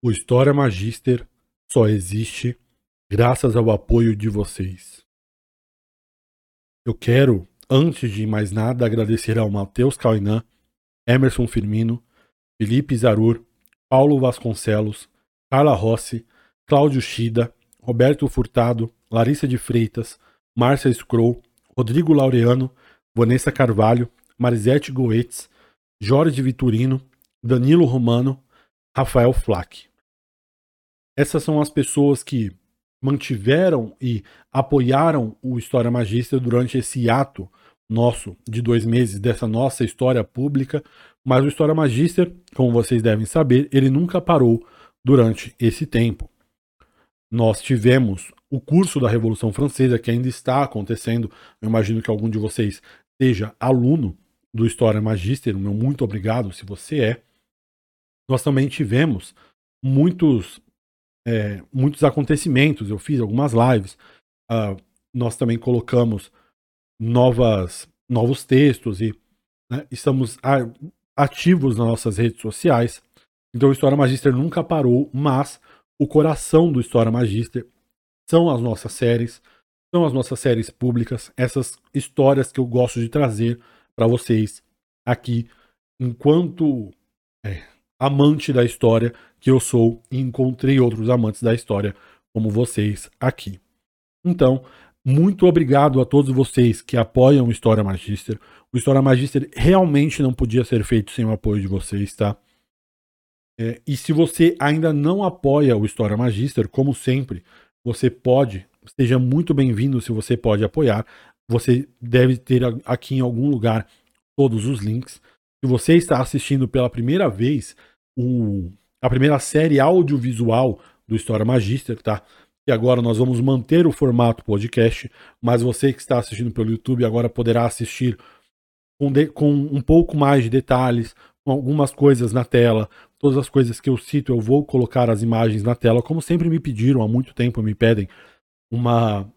O História Magister só existe graças ao apoio de vocês. Eu quero, antes de mais nada, agradecer ao Matheus Cauinan, Emerson Firmino, Felipe Zarur, Paulo Vasconcelos, Carla Rossi, Cláudio Shida, Roberto Furtado, Larissa de Freitas, Márcia Scroll, Rodrigo Laureano, Vanessa Carvalho, Marisete Goetz, Jorge Vitorino, Danilo Romano, Rafael Flack. Essas são as pessoas que mantiveram e apoiaram o História Magister durante esse ato nosso de 2 meses dessa nossa história pública, mas o História Magister, como vocês devem saber, ele nunca parou durante esse tempo. Nós tivemos o curso da Revolução Francesa, que ainda está acontecendo. Eu imagino que algum de vocês seja aluno do História Magister. Meu muito obrigado se você é. Nós também tivemos muitos acontecimentos. Eu fiz algumas lives. Nós também colocamos novos textos e estamos ativos nas nossas redes sociais. Então o História Magister nunca parou, mas o coração do História Magister são as nossas séries públicas, essas histórias que eu gosto de trazer para vocês aqui, enquanto amante da história que eu sou, e encontrei outros amantes da história como vocês aqui. Então, muito obrigado a todos vocês que apoiam o História Magister. O História Magister realmente não podia ser feito sem o apoio de vocês, tá? E se você ainda não apoia o História Magister, como sempre, você pode, seja muito bem-vindo se você pode apoiar. Você deve ter aqui em algum lugar todos os links. Se você está assistindo pela primeira vez a primeira série audiovisual do História Magister, tá? E agora nós vamos manter o formato podcast, mas você que está assistindo pelo YouTube agora poderá assistir com um pouco mais de detalhes, com algumas coisas na tela. Todas as coisas que eu cito, eu vou colocar as imagens na tela, como sempre me pediram, há muito tempo me pedem uma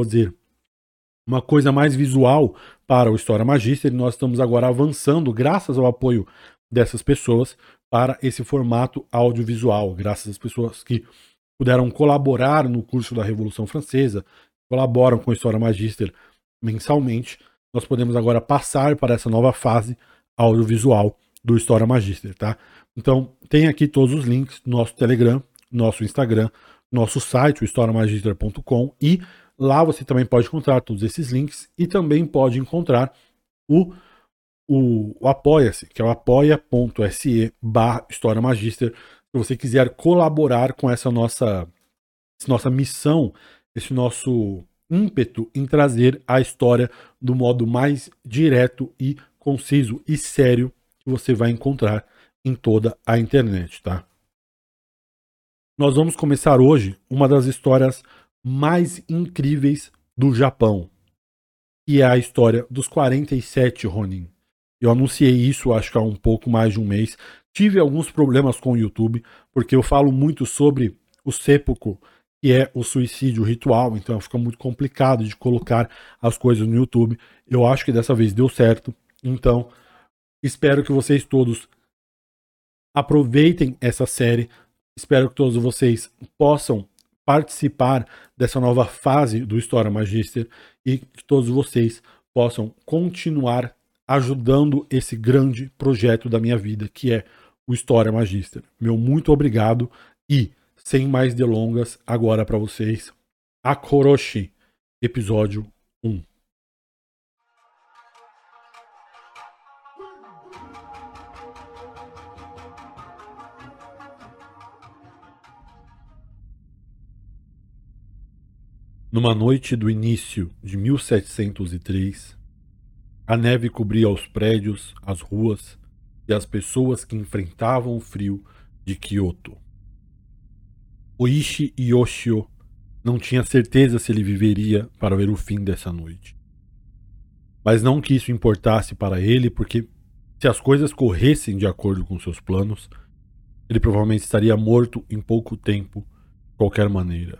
coisa mais visual para o História Magister, e nós estamos agora avançando, graças ao apoio dessas pessoas, para esse formato audiovisual, graças às pessoas que puderam colaborar no curso da Revolução Francesa, colaboram com o História Magister mensalmente. Nós podemos agora passar para essa nova fase audiovisual do História Magister, tá? Então, tem aqui todos os links, nosso Telegram, nosso Instagram, nosso site, o historiamagister.com, e lá você também pode encontrar todos esses links e também pode encontrar o Apoia-se, que é o apoia.se/História Magister, se você quiser colaborar com essa nossa missão, esse nosso ímpeto em trazer a história do modo mais direto e conciso e sério que você vai encontrar em toda a internet, tá? Nós vamos começar hoje uma das histórias mais incríveis do Japão, que é a história dos 47 Ronin. Eu anunciei isso, acho que há um pouco mais de um mês. Tive alguns problemas com o YouTube, porque eu falo muito sobre o seppuku, que é o suicídio ritual, então fica muito complicado de colocar as coisas no YouTube. Eu acho que dessa vez deu certo, então espero que vocês todos aproveitem essa série. Espero que todos vocês possam participar dessa nova fase do História Magister e que todos vocês possam continuar ajudando esse grande projeto da minha vida, que é o História Magister. Meu muito obrigado e, sem mais delongas, agora para vocês, Akoroshi, episódio 1. Numa noite do início de 1703, a neve cobria os prédios, as ruas e as pessoas que enfrentavam o frio de Kyoto. Oishi Yoshio não tinha certeza se ele viveria para ver o fim dessa noite. Mas não que isso importasse para ele, porque se as coisas corressem de acordo com seus planos, ele provavelmente estaria morto em pouco tempo, de qualquer maneira.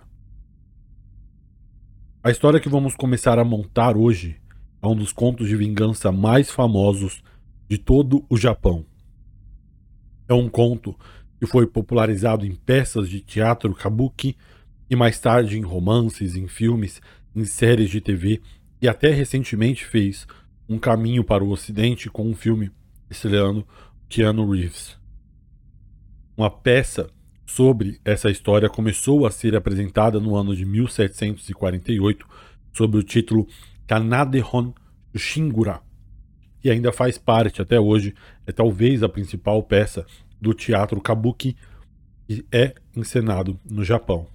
A história que vamos começar a montar hoje é um dos contos de vingança mais famosos de todo o Japão. É um conto que foi popularizado em peças de teatro kabuki e mais tarde em romances, em filmes, em séries de TV e até recentemente fez um caminho para o ocidente com um filme estreando Keanu Reeves. Uma peça sobre essa história começou a ser apresentada no ano de 1748 sob o título Kanadehon Shingura, que ainda faz parte até hoje, é talvez a principal peça do teatro kabuki que é encenado no Japão.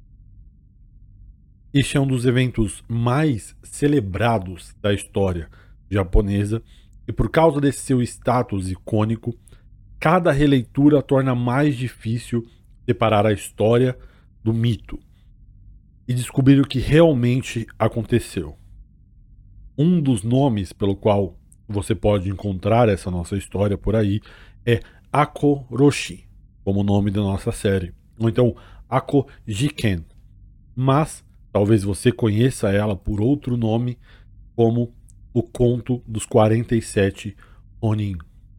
Este é um dos eventos mais celebrados da história japonesa e por causa desse seu status icônico, cada releitura torna mais difícil separar a história do mito e descobrir o que realmente aconteceu. Um dos nomes pelo qual você pode encontrar essa nossa história por aí é Akoroshi, como o nome da nossa série, ou então Akojiken, mas talvez você conheça ela por outro nome, como o Conto dos 47 Ronin.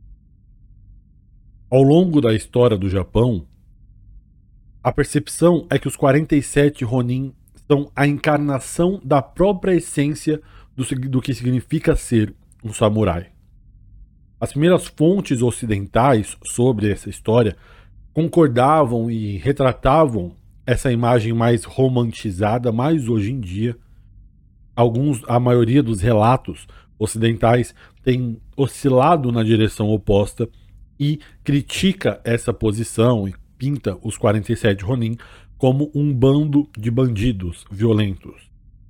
Ao longo da história do Japão, a percepção é que os 47 Ronin são a encarnação da própria essência do que significa ser um samurai. As primeiras fontes ocidentais sobre essa história concordavam e retratavam essa imagem mais romantizada, mas hoje em dia, a maioria dos relatos ocidentais tem oscilado na direção oposta e critica essa posição e pinta os 47 Ronin como um bando de bandidos violentos.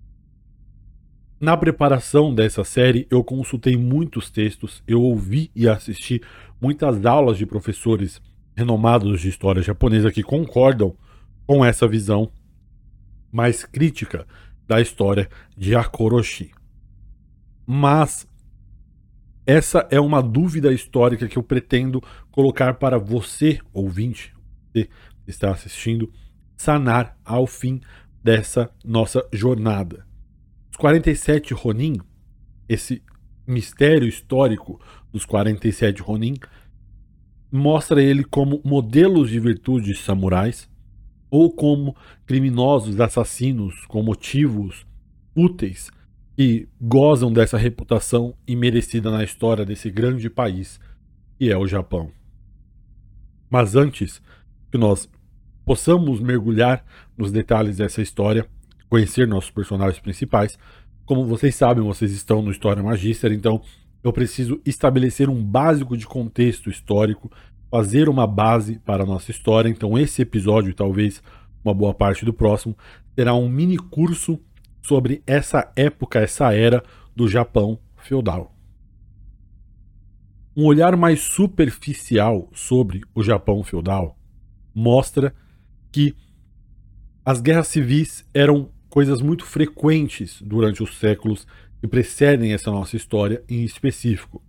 Na preparação dessa série, eu consultei muitos textos, eu ouvi e assisti muitas aulas de professores renomados de história japonesa que concordam com essa visão mais crítica da história de Akoroshi. Mas essa é uma dúvida histórica que eu pretendo colocar para você, ouvinte, você que está assistindo, sanar ao fim dessa nossa jornada. Os 47 Ronin, esse mistério histórico dos 47 Ronin, mostra ele como modelos de virtudes samurais ou como criminosos assassinos com motivos úteis que gozam dessa reputação imerecida na história desse grande país que é o Japão. Mas antes que nós possamos mergulhar nos detalhes dessa história, conhecer nossos personagens principais, como vocês sabem, vocês estão no História Magister, então eu preciso estabelecer um básico de contexto histórico, fazer uma base para a nossa história. Então esse episódio, e talvez uma boa parte do próximo, terá um mini curso sobre essa época, essa era do Japão feudal. Um olhar mais superficial sobre o Japão feudal mostra que as guerras civis eram coisas muito frequentes durante os séculos que precedem essa nossa história em específico.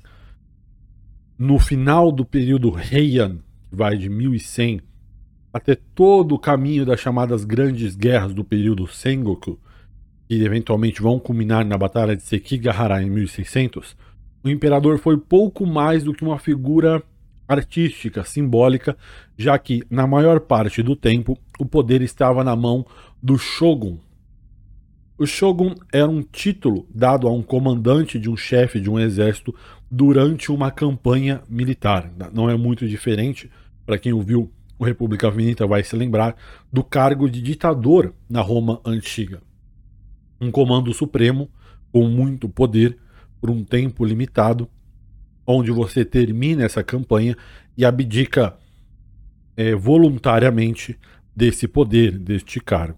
No final do período Heian, que vai de 1100 até todo o caminho das chamadas grandes guerras do período Sengoku, que eventualmente vão culminar na Batalha de Sekigahara em 1600, o imperador foi pouco mais do que uma figura artística, simbólica, já que, na maior parte do tempo, o poder estava na mão do Shogun. O Shogun era um título dado a um comandante de um chefe de um exército durante uma campanha militar. Não é muito diferente, para quem ouviu o República Veneta vai se lembrar, do cargo de ditador na Roma antiga. Um comando supremo, com muito poder, por um tempo limitado, onde você termina essa campanha e abdica voluntariamente desse poder, deste cargo.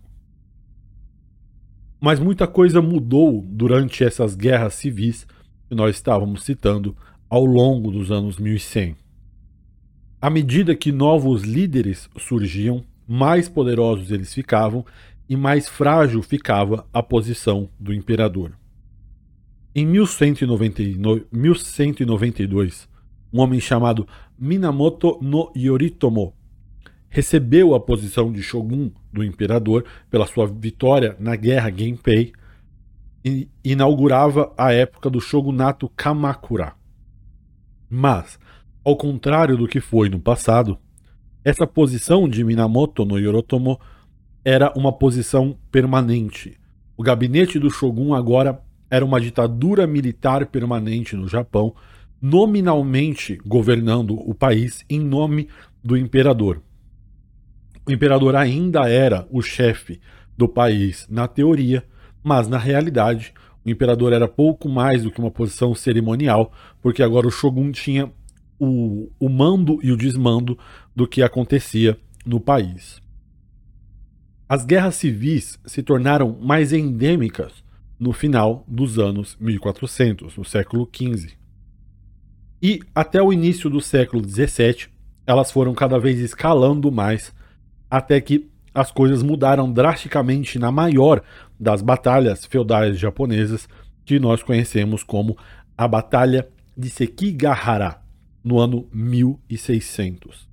Mas muita coisa mudou durante essas guerras civis que nós estávamos citando ao longo dos anos 1100. À medida que novos líderes surgiam, mais poderosos eles ficavam e mais frágil ficava a posição do imperador. Em 1192, um homem chamado Minamoto no Yoritomo recebeu a posição de shogun do imperador pela sua vitória na guerra Genpei e inaugurava a época do shogunato Kamakura. Mas, ao contrário do que foi no passado, Essa posição de Minamoto no Yoritomo era uma posição permanente. O gabinete do Shogun agora era uma ditadura militar permanente no Japão, nominalmente governando o país em nome do imperador. O imperador ainda era o chefe do país na teoria, mas na realidade o imperador era pouco mais do que uma posição cerimonial, porque agora o Shogun tinha o mando e o desmando do que acontecia no país. As guerras civis se tornaram mais endêmicas no final dos anos 1400, no século XV. E até o início do século XVII, elas foram cada vez escalando mais, até que as coisas mudaram drasticamente na maior das batalhas feudais japonesas, que nós conhecemos como a Batalha de Sekigahara, no ano 1600.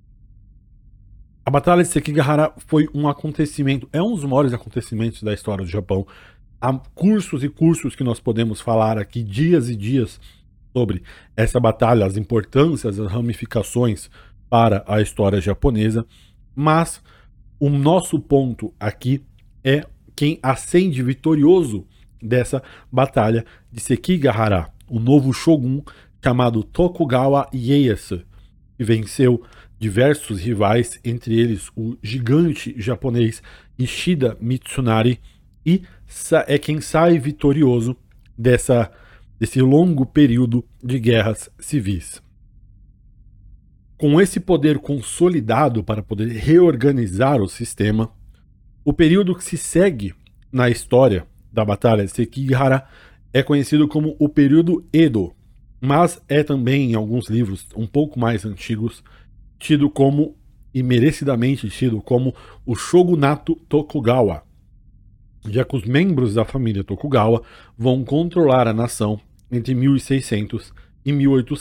A Batalha de Sekigahara foi um acontecimento, é um dos maiores acontecimentos da história do Japão. Há cursos e cursos que nós podemos falar aqui dias e dias sobre essa batalha, as importâncias, as ramificações para a história japonesa, mas o nosso ponto aqui é quem ascende vitorioso dessa batalha de Sekigahara, o novo shogun chamado Tokugawa Ieyasu, que venceu diversos rivais, entre eles o gigante japonês Ishida Mitsunari, e é quem sai vitorioso desse longo período de guerras civis. Com esse poder consolidado para poder reorganizar o sistema, o período que se segue na história da Batalha de Sekigahara é conhecido como o período Edo, mas é também, em alguns livros um pouco mais antigos, tido como, e merecidamente tido como, o Shogunato Tokugawa, já que os membros da família Tokugawa vão controlar a nação entre 1600 e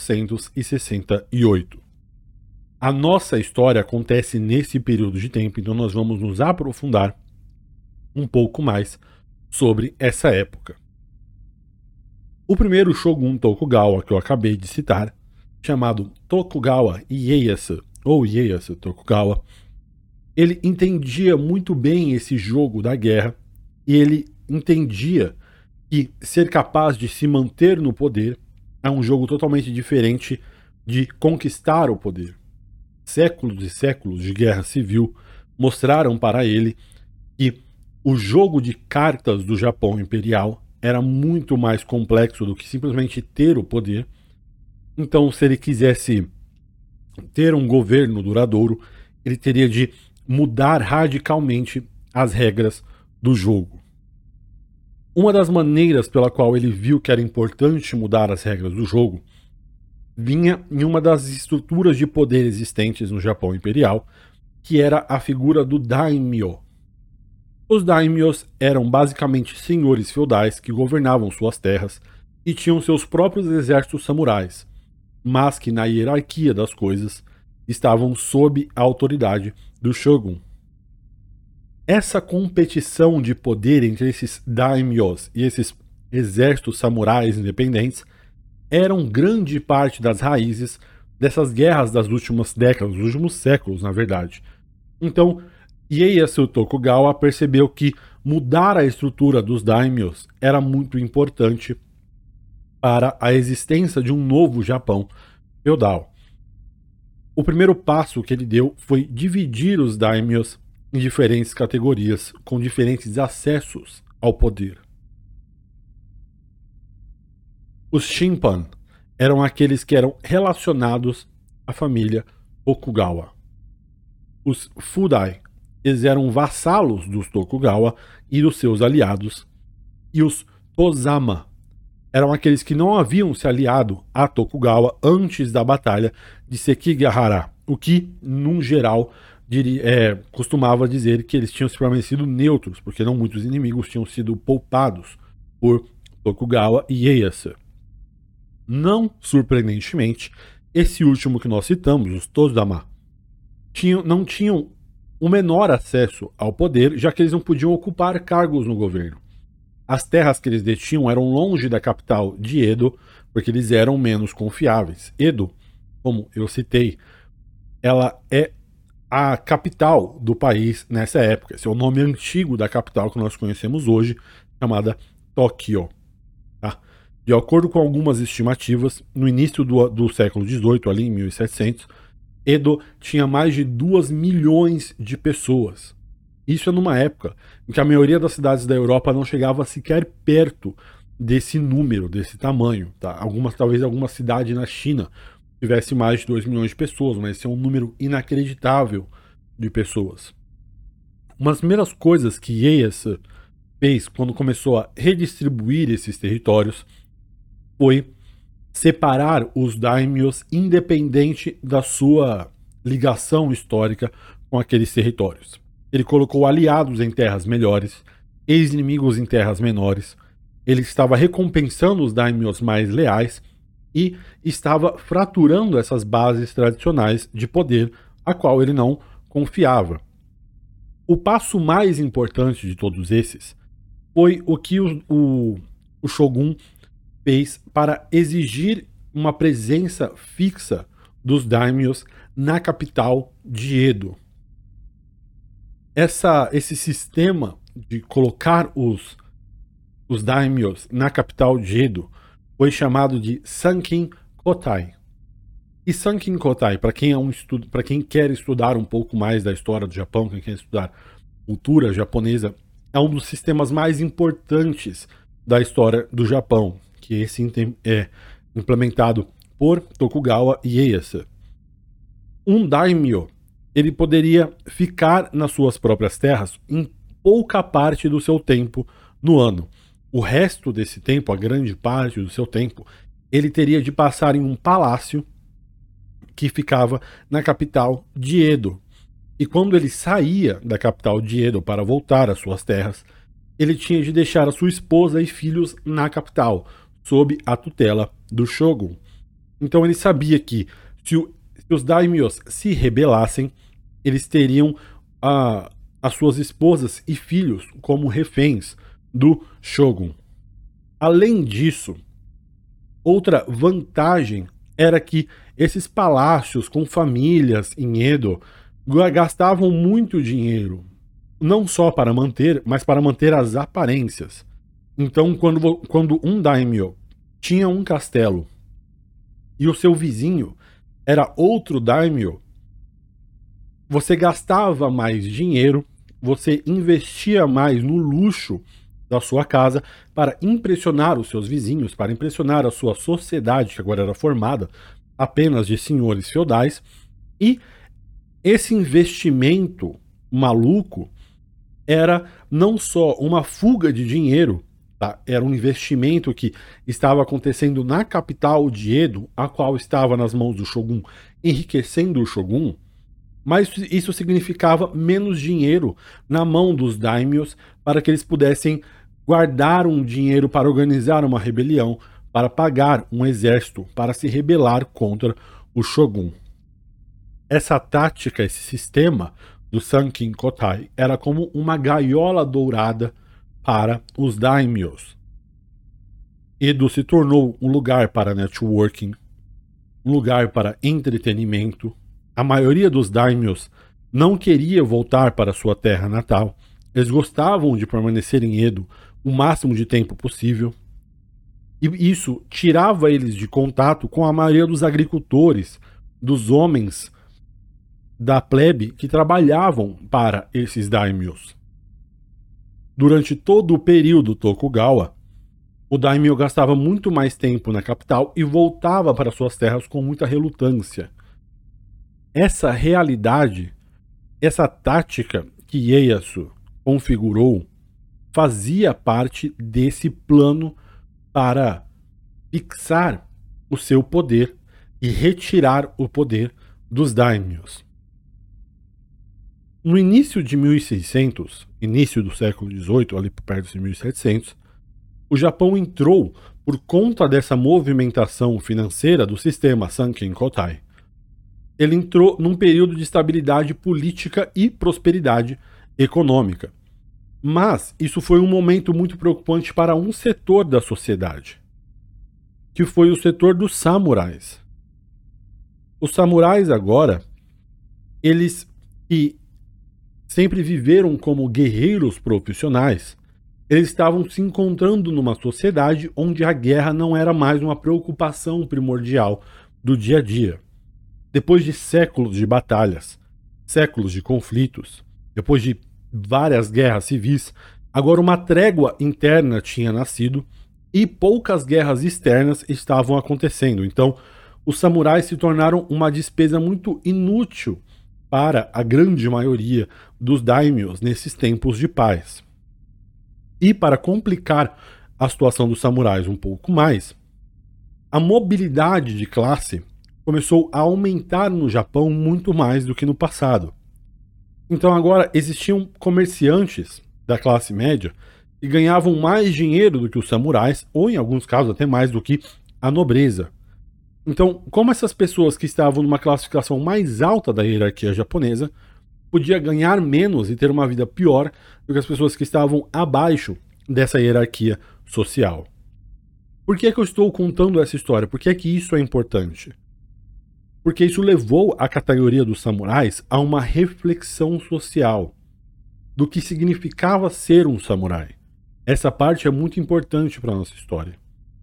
1868. A nossa história acontece nesse período de tempo, então nós vamos nos aprofundar um pouco mais sobre essa época. O primeiro Shogun Tokugawa que eu acabei de citar, chamado Tokugawa Ieyasu, ou Ieyasu Tokugawa, ele entendia muito bem esse jogo da guerra e ele entendia que ser capaz de se manter no poder é um jogo totalmente diferente de conquistar o poder. Séculos e séculos de guerra civil mostraram para ele que o jogo de cartas do Japão imperial era muito mais complexo do que simplesmente ter o poder. Então, se ele quisesse ter um governo duradouro, ele teria de mudar radicalmente as regras do jogo. Uma das maneiras pela qual ele viu que era importante mudar as regras do jogo vinha em uma das estruturas de poder existentes no Japão imperial, que era a figura do daimyo. Os daimyos eram basicamente senhores feudais que governavam suas terras e tinham seus próprios exércitos samurais, mas que na hierarquia das coisas estavam sob a autoridade do shogun. Essa competição de poder entre esses daimyos e esses exércitos samurais independentes eram grande parte das raízes dessas guerras das últimas décadas, dos últimos séculos, na verdade. Então, Ieyasu Tokugawa percebeu que mudar a estrutura dos daimyos era muito importante para a existência de um novo Japão feudal. O primeiro passo que ele deu foi dividir os daimyos em diferentes categorias, com diferentes acessos ao poder. Os Shinpan eram aqueles que eram relacionados à família Tokugawa. Os Fudai, eles eram vassalos dos Tokugawa e dos seus aliados. E os Tozama eram aqueles que não haviam se aliado a Tokugawa antes da batalha de Sekigahara, o que, num geral, costumava dizer que eles tinham se permanecido neutros, porque não muitos inimigos tinham sido poupados por Tokugawa e Ieyasu. Não surpreendentemente, esse último que nós citamos, os Tozama, não tinham o menor acesso ao poder, já que eles não podiam ocupar cargos no governo. As terras que eles detinham eram longe da capital de Edo, porque eles eram menos confiáveis. Edo, como eu citei, ela é a capital do país nessa época. Esse é o nome antigo da capital que nós conhecemos hoje, chamada Tóquio. Tá? De acordo com algumas estimativas, no início do século XVIII, ali em 1700, Edo tinha mais de 2 milhões de pessoas. Isso é numa época em que a maioria das cidades da Europa não chegava sequer perto desse número, desse tamanho. Tá? Talvez alguma cidade na China tivesse mais de 2 milhões de pessoas, mas esse é um número inacreditável de pessoas. Uma das primeiras coisas que Ieyasu fez quando começou a redistribuir esses territórios foi separar os daimyos independente da sua ligação histórica com aqueles territórios. Ele colocou aliados em terras melhores, ex-inimigos em terras menores. Ele estava recompensando os daimyos mais leais e estava fraturando essas bases tradicionais de poder a qual ele não confiava. O passo mais importante de todos esses foi o que o Shogun fez para exigir uma presença fixa dos daimyos na capital de Edo. Esse sistema de colocar os daimyos na capital de Edo foi chamado de Sankin Kotai. E Sankin Kotai, para quem quer estudar um pouco mais da história do Japão, quem quer estudar cultura japonesa, é um dos sistemas mais importantes da história do Japão, que esse é implementado por Tokugawa Ieyasu. Um daimyo, ele poderia ficar nas suas próprias terras em pouca parte do seu tempo no ano. O resto desse tempo, a grande parte do seu tempo, ele teria de passar em um palácio que ficava na capital de Edo. E quando ele saía da capital de Edo para voltar às suas terras, ele tinha de deixar a sua esposa e filhos na capital, sob a tutela do Shogun. Então ele sabia que se os daimyos se rebelassem, eles teriam as suas esposas e filhos como reféns do Shogun. Além disso, outra vantagem era que esses palácios com famílias em Edo gastavam muito dinheiro, não só para manter, mas para manter as aparências. Então, quando um daimyo tinha um castelo e o seu vizinho era outro daimyo, você gastava mais dinheiro, você investia mais no luxo da sua casa para impressionar os seus vizinhos, para impressionar a sua sociedade, que agora era formada apenas de senhores feudais, e esse investimento maluco era não só uma fuga de dinheiro, tá? Era um investimento que estava acontecendo na capital de Edo, a qual estava nas mãos do Shogun, enriquecendo o Shogun, mas isso significava menos dinheiro na mão dos daimyos para que eles pudessem guardar um dinheiro para organizar uma rebelião, para pagar um exército, para se rebelar contra o Shogun. Essa tática, esse sistema do Sankin Kotai era como uma gaiola dourada para os daimyos. Edo se tornou um lugar para networking, um lugar para entretenimento. A maioria dos daimyos não queria voltar para sua terra natal. Eles gostavam de permanecer em Edo o máximo de tempo possível. E isso tirava eles de contato com a maioria dos agricultores, dos homens da plebe que trabalhavam para esses daimyos. Durante todo o período Tokugawa, o daimyo gastava muito mais tempo na capital e voltava para suas terras com muita relutância. Essa realidade, essa tática que Ieyasu configurou, fazia parte desse plano para fixar o seu poder e retirar o poder dos daimyos. No início de 1600, início do século XVIII, ali perto de 1700, o Japão entrou, por conta dessa movimentação financeira do sistema Sankin Kotai, ele entrou num período de estabilidade política e prosperidade econômica. Mas isso foi um momento muito preocupante para um setor da sociedade, que foi o setor dos samurais. Os samurais agora, eles que sempre viveram como guerreiros profissionais, eles estavam se encontrando numa sociedade onde a guerra não era mais uma preocupação primordial do dia a dia. Depois de séculos de batalhas, séculos de conflitos, depois de várias guerras civis, agora uma trégua interna tinha nascido e poucas guerras externas estavam acontecendo. Então, os samurais se tornaram uma despesa muito inútil para a grande maioria dos daimyos nesses tempos de paz. E para complicar a situação dos samurais um pouco mais, a mobilidade de classe começou a aumentar no Japão muito mais do que no passado. Então agora existiam comerciantes da classe média que ganhavam mais dinheiro do que os samurais, ou em alguns casos até mais do que a nobreza. Então, como essas pessoas que estavam numa classificação mais alta da hierarquia japonesa podia ganhar menos e ter uma vida pior do que as pessoas que estavam abaixo dessa hierarquia social. Por que é que eu estou contando essa história? Por que é que isso é importante? Porque isso levou a categoria dos samurais a uma reflexão social do que significava ser um samurai. Essa parte é muito importante para a nossa história.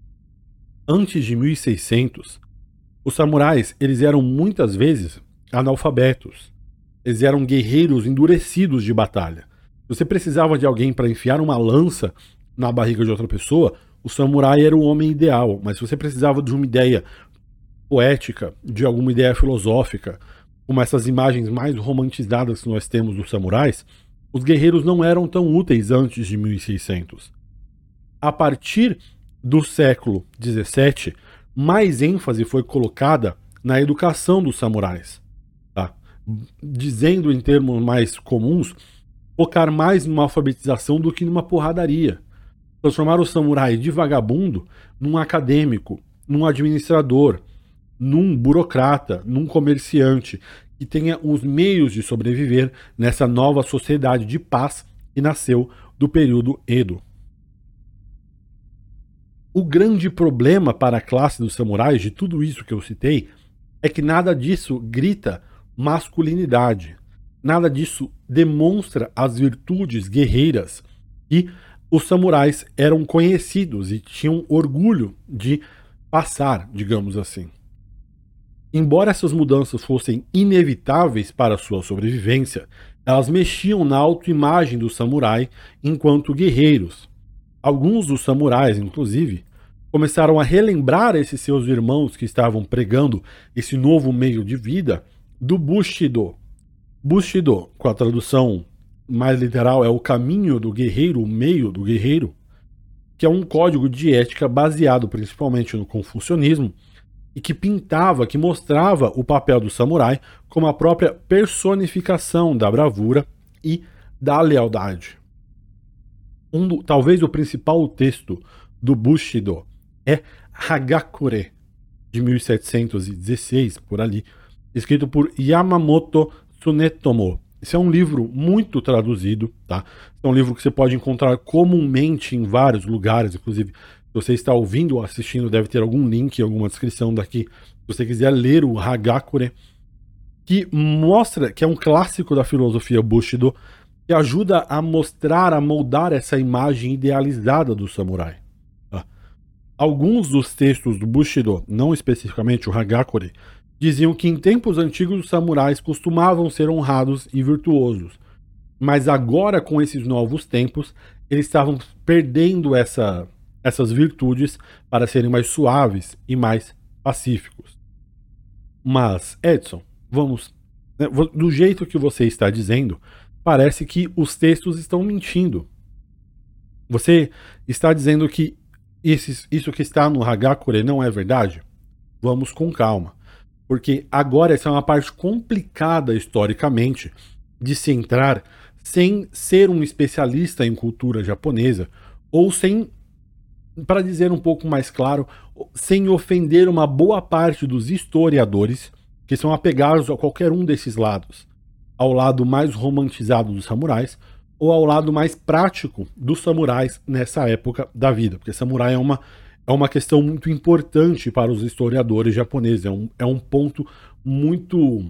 Antes de 1600, os samurais eles eram muitas vezes analfabetos. Eles eram guerreiros endurecidos de batalha. Se você precisava de alguém para enfiar uma lança na barriga de outra pessoa, o samurai era o homem ideal. Mas se você precisava de uma ideia poética, de alguma ideia filosófica, como essas imagens mais romantizadas que nós temos dos samurais, os guerreiros não eram tão úteis antes de 1600. A partir do século XVII, mais ênfase foi colocada na educação dos samurais. Tá? Dizendo em termos mais comuns, focar mais numa alfabetização do que numa porradaria. Transformar o samurai de vagabundo num acadêmico, num administrador, num burocrata, num comerciante, que tenha os meios de sobreviver nessa nova sociedade de paz que nasceu do período Edo. O grande problema para a classe dos samurais, de tudo isso que eu citei, é que nada disso grita masculinidade. Nada disso demonstra as virtudes guerreiras que os samurais eram conhecidos e tinham orgulho de passar, digamos assim. Embora essas mudanças fossem inevitáveis para a sua sobrevivência, elas mexiam na autoimagem do samurai enquanto guerreiros. Alguns dos samurais, inclusive, começaram a relembrar esses seus irmãos que estavam pregando esse novo meio de vida do Bushido. Bushido, com a tradução mais literal, é o caminho do guerreiro, o meio do guerreiro, que é um código de ética baseado principalmente no confucionismo e que pintava, que mostrava o papel do samurai como a própria personificação da bravura e da lealdade. Talvez o principal texto do Bushido é Hagakure, de 1716, por ali, escrito por Yamamoto Tsunetomo. Esse é um livro muito traduzido, tá? É um livro que você pode encontrar comumente em vários lugares, inclusive se você está ouvindo ou assistindo, deve ter algum link, alguma descrição daqui, se você quiser ler o Hagakure, que mostra que é um clássico da filosofia Bushido, que ajuda a mostrar, a moldar essa imagem idealizada do samurai. Tá? Alguns dos textos do Bushido, não especificamente o Hagakure, diziam que em tempos antigos os samurais costumavam ser honrados e virtuosos, mas agora com esses novos tempos, eles estavam perdendo essas virtudes para serem mais suaves e mais pacíficos. Mas, Edson, do jeito que você está dizendo, parece que os textos estão mentindo. Você está dizendo que isso que está no Hagakure não é verdade? Vamos com calma. Porque agora essa é uma parte complicada historicamente de se entrar sem ser um especialista em cultura japonesa ou sem, para dizer um pouco mais claro, sem ofender uma boa parte dos historiadores que são apegados a qualquer um desses lados, ao lado mais romantizado dos samurais ou ao lado mais prático dos samurais nessa época da vida, porque samurai é uma questão muito importante para os historiadores japoneses, é um ponto muito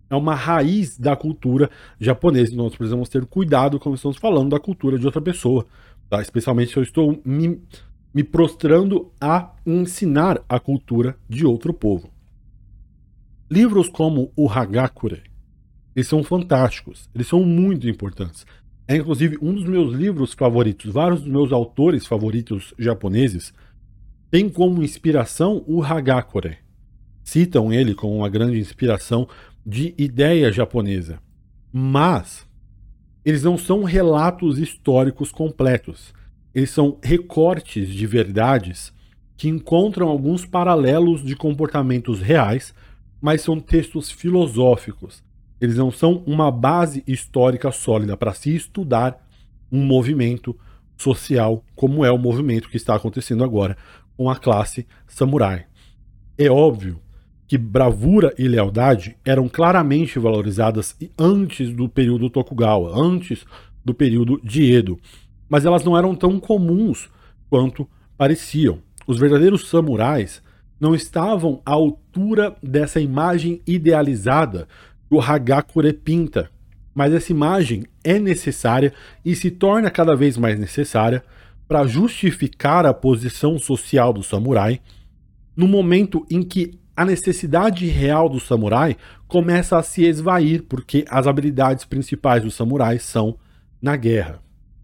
é uma raiz da cultura japonesa. Nós precisamos ter cuidado quando estamos falando da cultura de outra pessoa, tá? Especialmente se eu estou me prostrando a ensinar a cultura de outro povo. Livros como o Hagakure, eles são fantásticos, eles são muito importantes. É inclusive um dos meus livros favoritos. Vários dos meus autores favoritos japoneses têm como inspiração o Hagakure. Citam ele como uma grande inspiração de ideia japonesa. Mas eles não são relatos históricos completos. Eles são recortes de verdades que encontram alguns paralelos de comportamentos reais, mas são textos filosóficos. Eles não são uma base histórica sólida para se estudar um movimento social como é o movimento que está acontecendo agora com a classe samurai. É óbvio que bravura e lealdade eram claramente valorizadas antes do período Tokugawa, antes do período de Edo, mas elas não eram tão comuns quanto pareciam. Os verdadeiros samurais não estavam à altura dessa imagem idealizada que o Hagakure pinta, mas essa imagem é necessária e se torna cada vez mais necessária para justificar a posição social do samurai no momento em que a necessidade real do samurai começa a se esvair, porque as habilidades principais dos samurais são na guerra.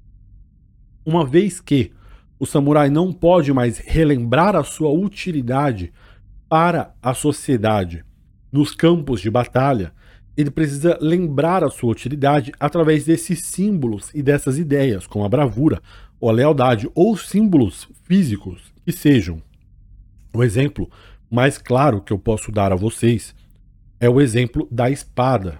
Uma vez que o samurai não pode mais relembrar a sua utilidade para a sociedade nos campos de batalha, ele precisa lembrar a sua utilidade através desses símbolos e dessas ideias, como a bravura ou a lealdade, ou símbolos físicos que sejam. O exemplo mais claro que eu posso dar a vocês é o exemplo da espada.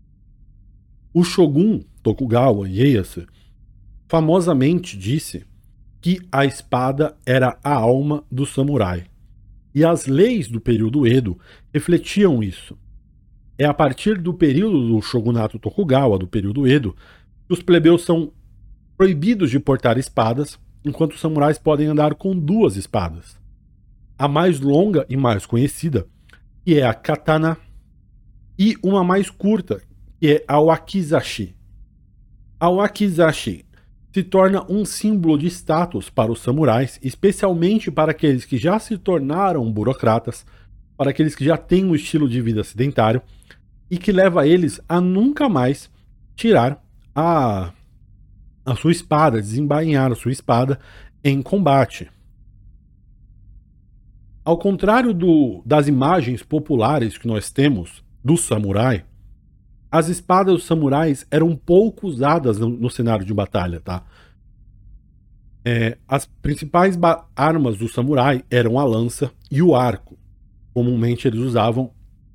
O Shogun Tokugawa Ieyasu famosamente disse que a espada era a alma do samurai. E as leis do período Edo refletiam isso. É a partir do período do shogunato Tokugawa, do período Edo, que os plebeus são proibidos de portar espadas, enquanto os samurais podem andar com 2 espadas. A mais longa e mais conhecida, que é a katana, e uma mais curta, que é a wakizashi. A wakizashi se torna um símbolo de status para os samurais, especialmente para aqueles que já se tornaram burocratas, para aqueles que já têm um estilo de vida sedentário, e que leva eles a nunca mais tirar a sua espada, desembainhar a sua espada em combate. Ao contrário das imagens populares que nós temos do samurai, as espadas dos samurais eram pouco usadas no cenário de batalha, tá? As principais armas do samurai eram a lança e o arco. Comumente eles usavam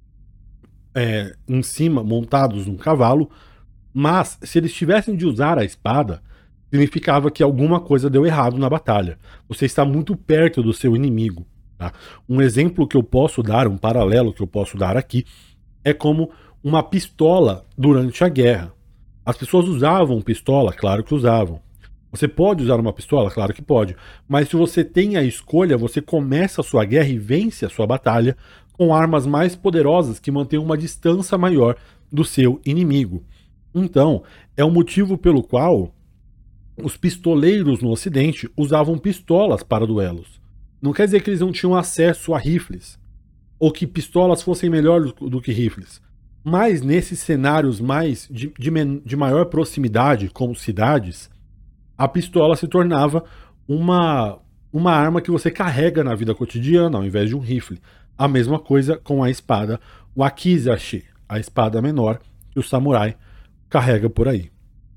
em cima, montados num cavalo, mas se eles tivessem de usar a espada, significava que alguma coisa deu errado na batalha. Você está muito perto do seu inimigo. Tá? Um exemplo que eu posso dar, um paralelo que eu posso dar aqui, é como uma pistola durante a guerra. As pessoas usavam pistola? Claro que usavam. Você pode usar uma pistola? Claro que pode. Mas se você tem a escolha, você começa a sua guerra e vence a sua batalha com armas mais poderosas que mantêm uma distância maior do seu inimigo. Então, é o motivo pelo qual os pistoleiros no Ocidente usavam pistolas para duelos. Não quer dizer que eles não tinham acesso a rifles, ou que pistolas fossem melhores do que rifles. Mas nesses cenários mais de maior proximidade, como cidades, a pistola se tornava uma arma que você carrega na vida cotidiana, ao invés de um rifle. A mesma coisa com a espada wakizashi, a espada menor que o samurai carrega por aí.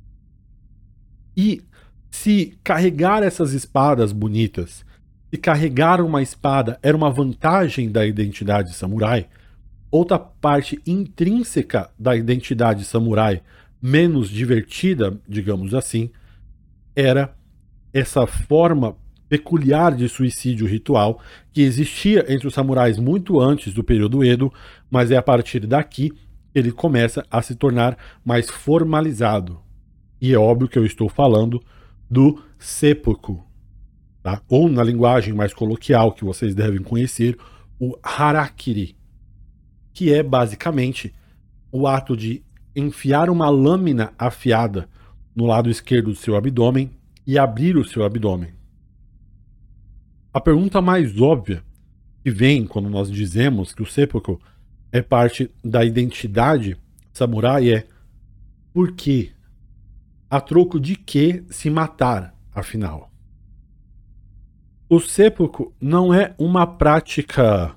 E se carregar essas espadas bonitas, se carregar uma espada era uma vantagem da identidade samurai, outra parte intrínseca da identidade samurai, menos divertida, digamos assim, era essa forma peculiar de suicídio ritual que existia entre os samurais muito antes do período Edo, mas é a partir daqui que ele começa a se tornar mais formalizado. E é óbvio que eu estou falando do seppuku, tá? Ou na linguagem mais coloquial que vocês devem conhecer, o harakiri, que é basicamente o ato de enfiar uma lâmina afiada no lado esquerdo do seu abdômen e abrir o seu abdômen. A pergunta mais óbvia que vem quando nós dizemos que o seppuku é parte da identidade samurai é: por quê? A troco de que se matar, afinal? O seppuku não é uma prática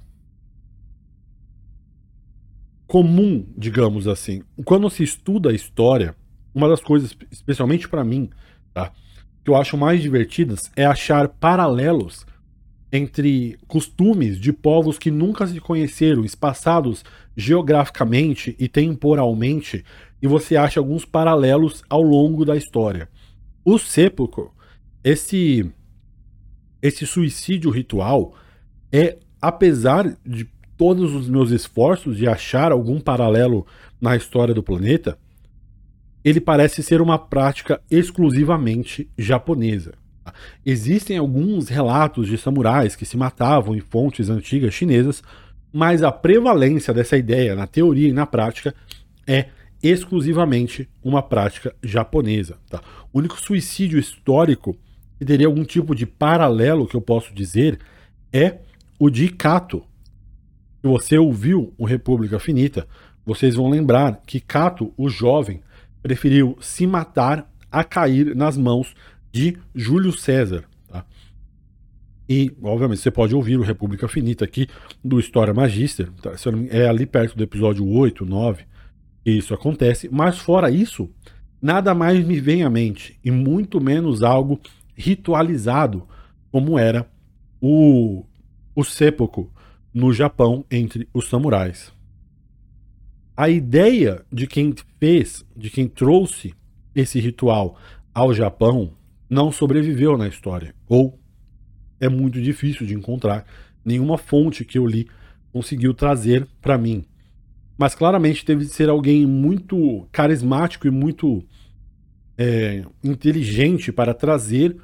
comum, digamos assim. Quando se estuda a história, uma das coisas, especialmente para mim, tá, que eu acho mais divertidas é achar paralelos entre costumes de povos que nunca se conheceram, espaçados geograficamente e temporalmente, e você acha alguns paralelos ao longo da história. O seppuku, esse suicídio ritual, apesar de todos os meus esforços de achar algum paralelo na história do planeta, ele parece ser uma prática exclusivamente japonesa. Existem alguns relatos de samurais que se matavam em fontes antigas chinesas, mas a prevalência dessa ideia na teoria e na prática é exclusivamente uma prática japonesa. Tá? O único suicídio histórico que teria algum tipo de paralelo que eu posso dizer é o de Kato. Se você ouviu o República Finita, vocês vão lembrar que Kato, o jovem, preferiu se matar a cair nas mãos de Júlio César. Tá? E, obviamente, você pode ouvir o República Finita aqui do História Magister. Tá? É ali perto do episódio 8, 9 que isso acontece. Mas, fora isso, nada mais me vem à mente. E muito menos algo ritualizado, como era o seppuku no Japão entre os samurais. A ideia de quem trouxe esse ritual ao Japão não sobreviveu na história, ou é muito difícil de encontrar. Nenhuma fonte que eu li conseguiu trazer para mim. Mas claramente teve de ser alguém muito carismático e muito inteligente para trazer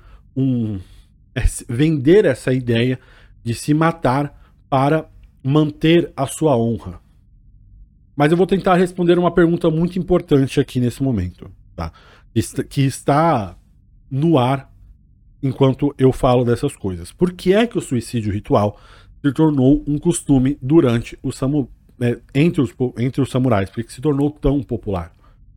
vender essa ideia de se matar para manter a sua honra. Mas eu vou tentar responder uma pergunta muito importante aqui nesse momento, tá? Que está no ar enquanto eu falo dessas coisas. Por que é que o suicídio ritual se tornou um costume durante entre os samurais? Por que se tornou tão popular?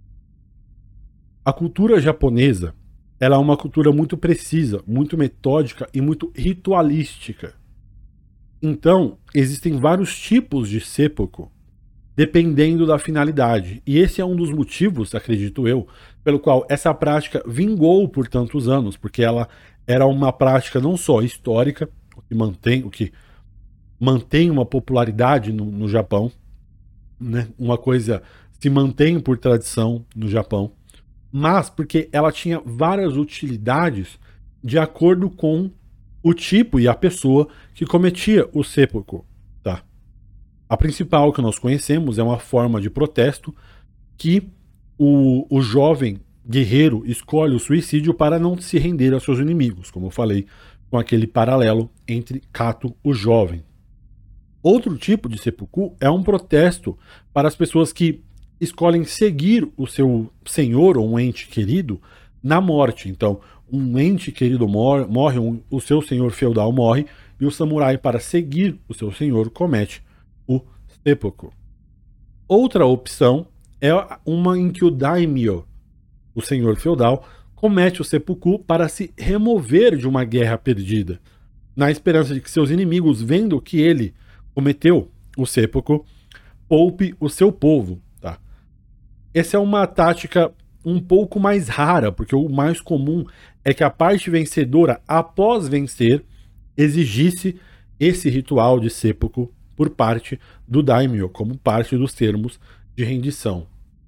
A cultura japonesa, ela é uma cultura muito precisa, muito metódica e muito ritualística. Então, existem vários tipos de seppuku, dependendo da finalidade. E esse é um dos motivos, acredito eu, pelo qual essa prática vingou por tantos anos, porque ela era uma prática não só histórica, o que mantém uma popularidade no Japão, né? Uma coisa se mantém por tradição no Japão, mas porque ela tinha várias utilidades de acordo com o tipo e a pessoa que cometia o seppuku. Tá? A principal que nós conhecemos é uma forma de protesto que o jovem guerreiro escolhe o suicídio para não se render aos seus inimigos, como eu falei, com aquele paralelo entre Kato, o jovem. Outro tipo de seppuku é um protesto para as pessoas que escolhem seguir o seu senhor ou um ente querido na morte. Então, um ente querido morre, o seu senhor feudal morre, e o samurai, para seguir o seu senhor, comete o seppuku. Outra opção é uma em que o daimyo, o senhor feudal, comete o seppuku para se remover de uma guerra perdida, na esperança de que seus inimigos, vendo que ele cometeu o seppuku, poupe o seu povo. Tá? Essa é uma tática um pouco mais rara, porque o mais comum é que a parte vencedora, após vencer, exigisse esse ritual de seppuku por parte do daimyo, como parte dos termos de rendição.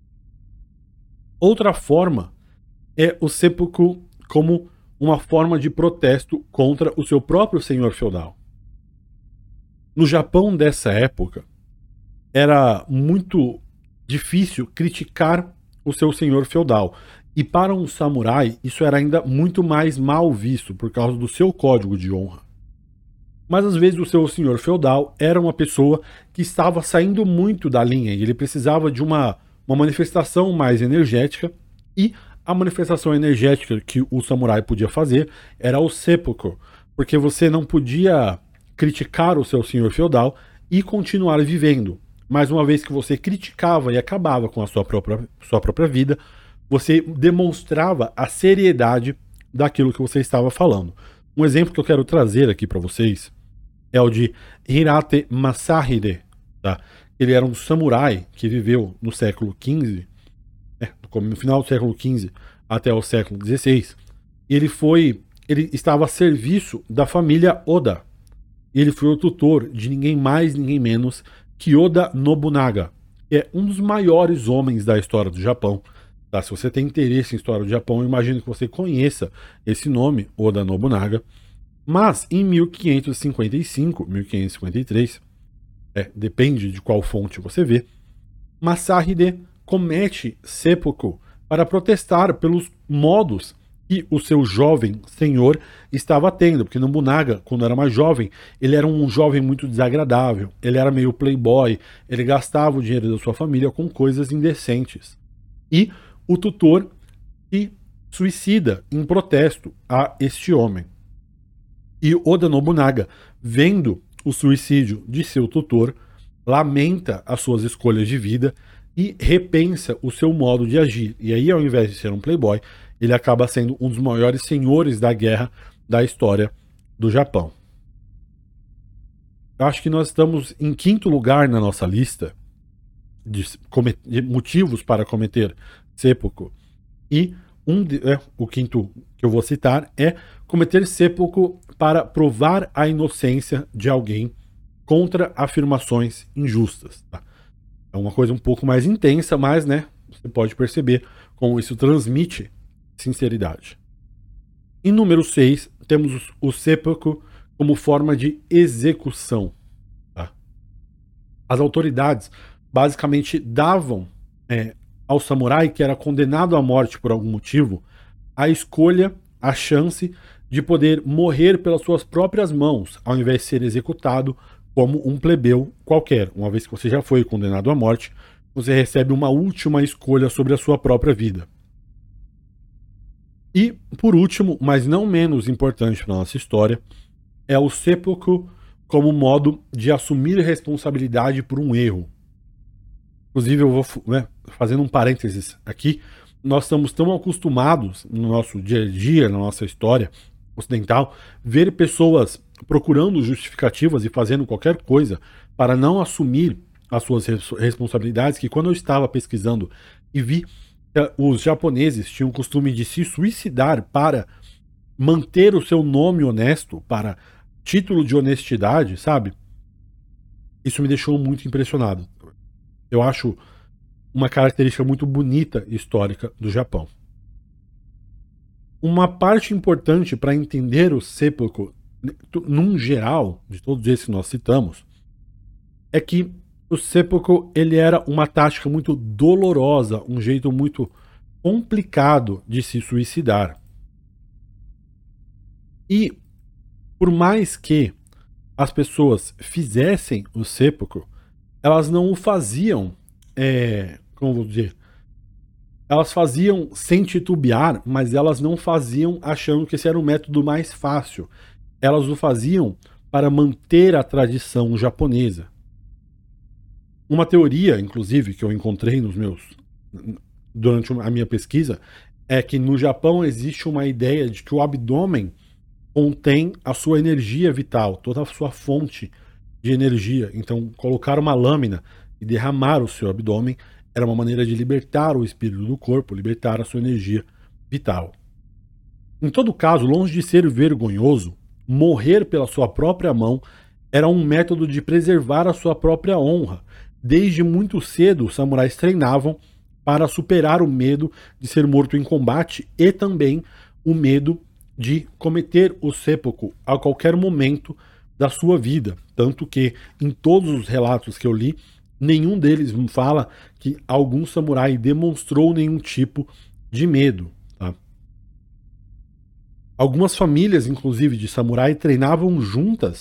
Outra forma é o seppuku como uma forma de protesto contra o seu próprio senhor feudal. No Japão dessa época, era muito difícil criticar o seu senhor feudal. E para um samurai, isso era ainda muito mais mal visto, por causa do seu código de honra. Mas às vezes o seu senhor feudal era uma pessoa que estava saindo muito da linha e ele precisava de uma manifestação mais energética, e a manifestação energética que o samurai podia fazer era o seppuku, porque você não podia criticar o seu senhor feudal e continuar vivendo. Mas uma vez que você criticava e acabava com a sua própria vida, você demonstrava a seriedade daquilo que você estava falando. Um exemplo que eu quero trazer aqui para vocês é o de Hirate Masahide, tá? Ele era um samurai que viveu no século XV, no final do século XV até o século XVI. Ele estava a serviço da família Oda. Ele foi o tutor de ninguém mais, ninguém menos que Oda Nobunaga, que é um dos maiores homens da história do Japão. Tá? Se você tem interesse em história do Japão, eu imagino que você conheça esse nome, Oda Nobunaga. Mas em 1555, 1553, depende de qual fonte você vê, Masahide comete seppuku para protestar pelos modos que o seu jovem senhor estava tendo, porque Nobunaga, quando era mais jovem, ele era um jovem muito desagradável, ele era meio playboy, ele gastava o dinheiro da sua família com coisas indecentes. E o tutor se suicida em protesto a este homem. E Oda Nobunaga, vendo o suicídio de seu tutor, lamenta as suas escolhas de vida e repensa o seu modo de agir. E aí, ao invés de ser um playboy, ele acaba sendo um dos maiores senhores da guerra da história do Japão. Eu acho que nós estamos em quinto lugar na nossa lista de motivos para cometer seppuku. E o quinto que eu vou citar é cometer seppuku para provar a inocência de alguém contra afirmações injustas. Tá? É uma coisa um pouco mais intensa, mas você pode perceber como isso transmite sinceridade. Em número 6, temos o seppuku como forma de execução. Tá? As autoridades basicamente davam ao samurai que era condenado à morte por algum motivo a escolha, a chance de poder morrer pelas suas próprias mãos, ao invés de ser executado como um plebeu qualquer. Uma vez que você já foi condenado à morte, você recebe uma última escolha sobre a sua própria vida. E, por último, mas não menos importante para a nossa história, é o seppuku como modo de assumir responsabilidade por um erro. Inclusive, eu vou fazendo um parênteses aqui, nós estamos tão acostumados no nosso dia a dia, na nossa história ocidental, ver pessoas procurando justificativas e fazendo qualquer coisa para não assumir as suas responsabilidades, que quando eu estava pesquisando e vi que os japoneses tinham o costume de se suicidar para manter o seu nome honesto, para título de honestidade, sabe? Isso me deixou muito impressionado. Eu acho uma característica muito bonita e histórica do Japão. Uma parte importante para entender o seppuku, num geral, de todos esses que nós citamos, é que o seppuku ele era uma tática muito dolorosa, um jeito muito complicado de se suicidar. E por mais que as pessoas fizessem o seppuku, elas não o faziam, como vou dizer, elas faziam sem titubear, mas elas não faziam achando que esse era o método mais fácil. Elas o faziam para manter a tradição japonesa. Uma teoria, inclusive, que eu encontrei durante a minha pesquisa, é que no Japão existe uma ideia de que o abdômen contém a sua energia vital, toda a sua fonte de energia. Então, colocar uma lâmina e derramar o seu abdômen era uma maneira de libertar o espírito do corpo, libertar a sua energia vital. Em todo caso, longe de ser vergonhoso, morrer pela sua própria mão era um método de preservar a sua própria honra. Desde muito cedo, os samurais treinavam para superar o medo de ser morto em combate e também o medo de cometer o seppuku a qualquer momento da sua vida. Tanto que, em todos os relatos que eu li, nenhum deles fala que algum samurai demonstrou nenhum tipo de medo. Tá? Algumas famílias, inclusive, de samurai treinavam juntas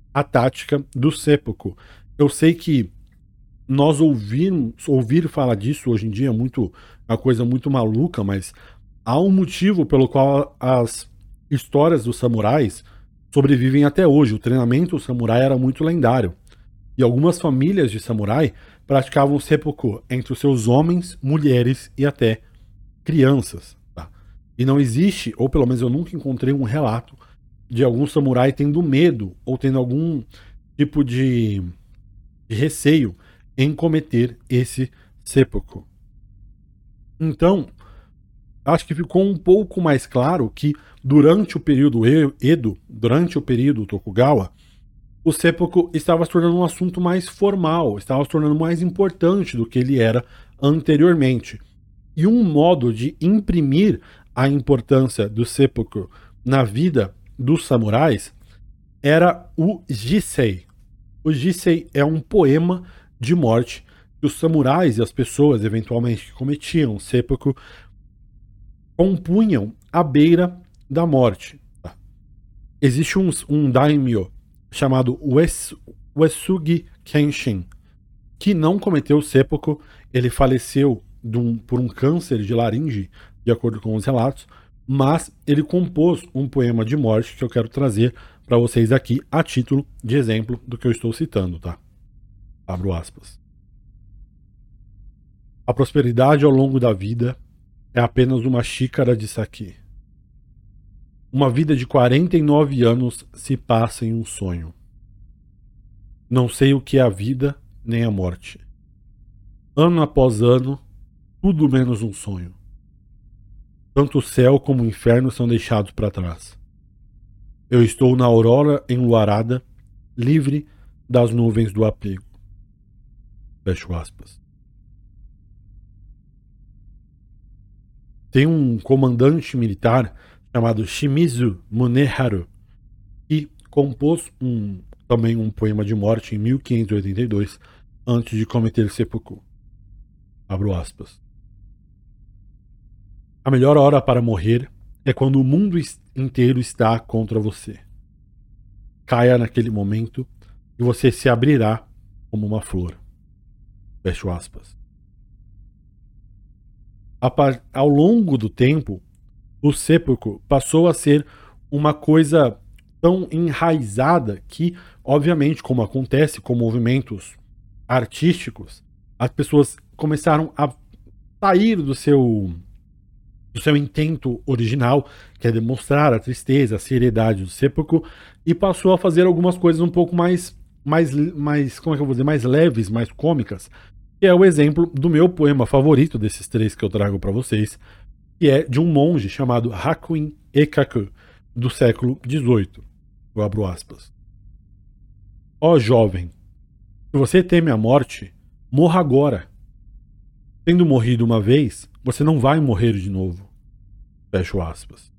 a tática do seppuku. Eu sei que nós ouvir falar disso hoje em dia é uma coisa muito maluca, mas há um motivo pelo qual as histórias dos samurais sobrevivem até hoje. O treinamento samurai era muito lendário. E algumas famílias de samurai praticavam seppuku entre os seus homens, mulheres e até crianças. Tá? E não existe, ou pelo menos eu nunca encontrei um relato de algum samurai tendo medo ou tendo algum tipo de receio em cometer esse seppuku. Então, acho que ficou um pouco mais claro que durante o período Edo, durante o período Tokugawa, o seppuku estava se tornando um assunto mais formal, estava se tornando mais importante do que ele era anteriormente. E um modo de imprimir a importância do seppuku na vida dos samurais era o Jisei. O Jisei é um poema de morte que os samurais e as pessoas, eventualmente, que cometiam seppuku, compunham à beira da morte. Tá? Existe um daimyo chamado Uesugi Kenshin, que não cometeu seppuku. Ele faleceu por um câncer de laringe, de acordo com os relatos, mas ele compôs um poema de morte que eu quero trazer para vocês aqui a título de exemplo do que eu estou citando, tá? Abro aspas. A prosperidade ao longo da vida é apenas uma xícara de saquê. Uma vida de 49 anos se passa em um sonho. Não sei o que é a vida nem a morte. Ano após ano, tudo menos um sonho. Tanto o céu como o inferno são deixados para trás. Eu estou na aurora enluarada, livre das nuvens do apego. Fecho aspas. Tem um comandante militar chamado Shimizu Muneharu que compôs também um poema de morte em 1582 antes de cometer seppuku. Abro aspas. A melhor hora para morrer é quando o mundo inteiro está contra você. Caia naquele momento e você se abrirá como uma flor. Fecho aspas. Ao longo do tempo, o seppuku passou a ser uma coisa tão enraizada que, obviamente, como acontece com movimentos artísticos, as pessoas começaram a sair do seu intento original, que é demonstrar a tristeza, a seriedade do seppuku, e passou a fazer algumas coisas um pouco mais como é que eu vou dizer, mais leves, mais cômicas, que é o exemplo do meu poema favorito desses três que eu trago para vocês, que é de um monge chamado Hakuin Ekaku, do século XVIII. Eu abro aspas. Ó jovem, se você teme a morte, morra agora. Tendo morrido uma vez, você não vai morrer de novo. Fecho aspas.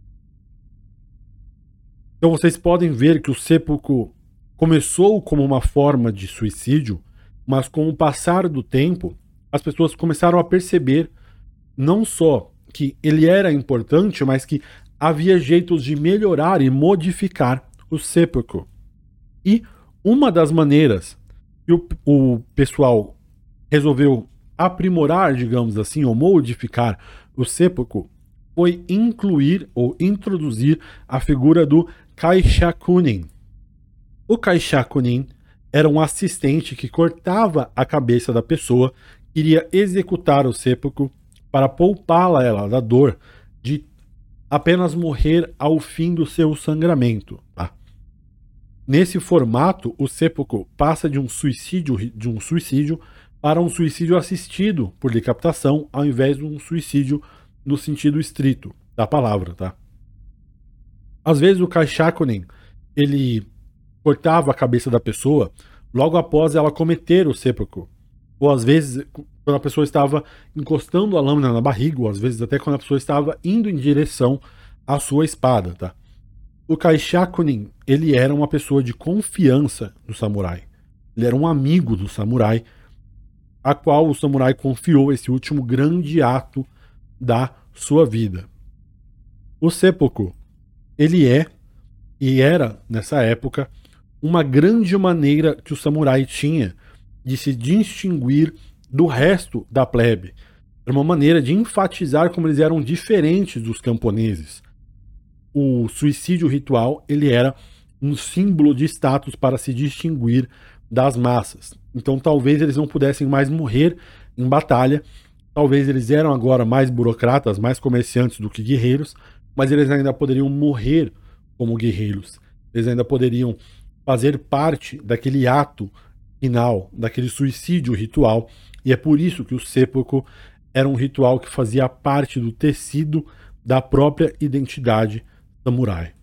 Então vocês podem ver que o seppuku começou como uma forma de suicídio, mas com o passar do tempo, as pessoas começaram a perceber não só que ele era importante, mas que havia jeitos de melhorar e modificar o seppuku. E uma das maneiras que o pessoal resolveu aprimorar, digamos assim, ou modificar o seppuku foi incluir ou introduzir a figura do Kaishakunin. O Kaishakunin era um assistente que cortava a cabeça da pessoa que iria executar o seppuku para poupá-la ela da dor de apenas morrer ao fim do seu sangramento. Tá? Nesse formato, o seppuku passa de um suicídio para um suicídio assistido por decapitação, ao invés de um suicídio no sentido estrito da palavra. Tá? Às vezes o Kaishakunin, ele cortava a cabeça da pessoa logo após ela cometer o seppuku. Ou às vezes, quando a pessoa estava encostando a lâmina na barriga, ou às vezes até quando a pessoa estava indo em direção à sua espada. Tá? O Kaishakunin, ele era uma pessoa de confiança do samurai. Ele era um amigo do samurai, a qual o samurai confiou esse último grande ato da sua vida. O seppuku, ele é, e era, nessa época, uma grande maneira que o samurai tinha de se distinguir do resto da plebe. Era uma maneira de enfatizar como eles eram diferentes dos camponeses. O suicídio ritual, ele era um símbolo de status para se distinguir das massas. Então talvez eles não pudessem mais morrer em batalha, talvez eles eram agora mais burocratas, mais comerciantes do que guerreiros, mas eles ainda poderiam morrer como guerreiros. Eles ainda poderiam fazer parte daquele ato final, daquele suicídio ritual, e é por isso que o seppuku era um ritual que fazia parte do tecido da própria identidade samurai.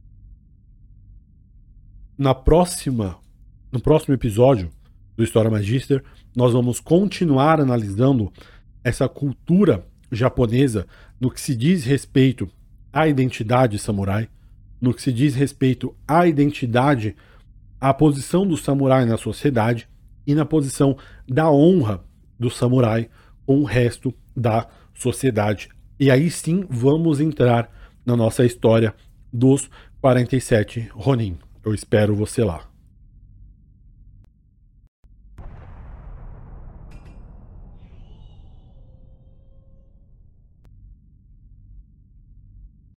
No próximo episódio do História Magister, nós vamos continuar analisando essa cultura japonesa no que se diz respeito à identidade samurai, no que se diz respeito à identidade, à posição do samurai na sociedade e na posição da honra do samurai com o resto da sociedade. E aí sim vamos entrar na nossa história dos 47 Ronin. Eu espero você lá.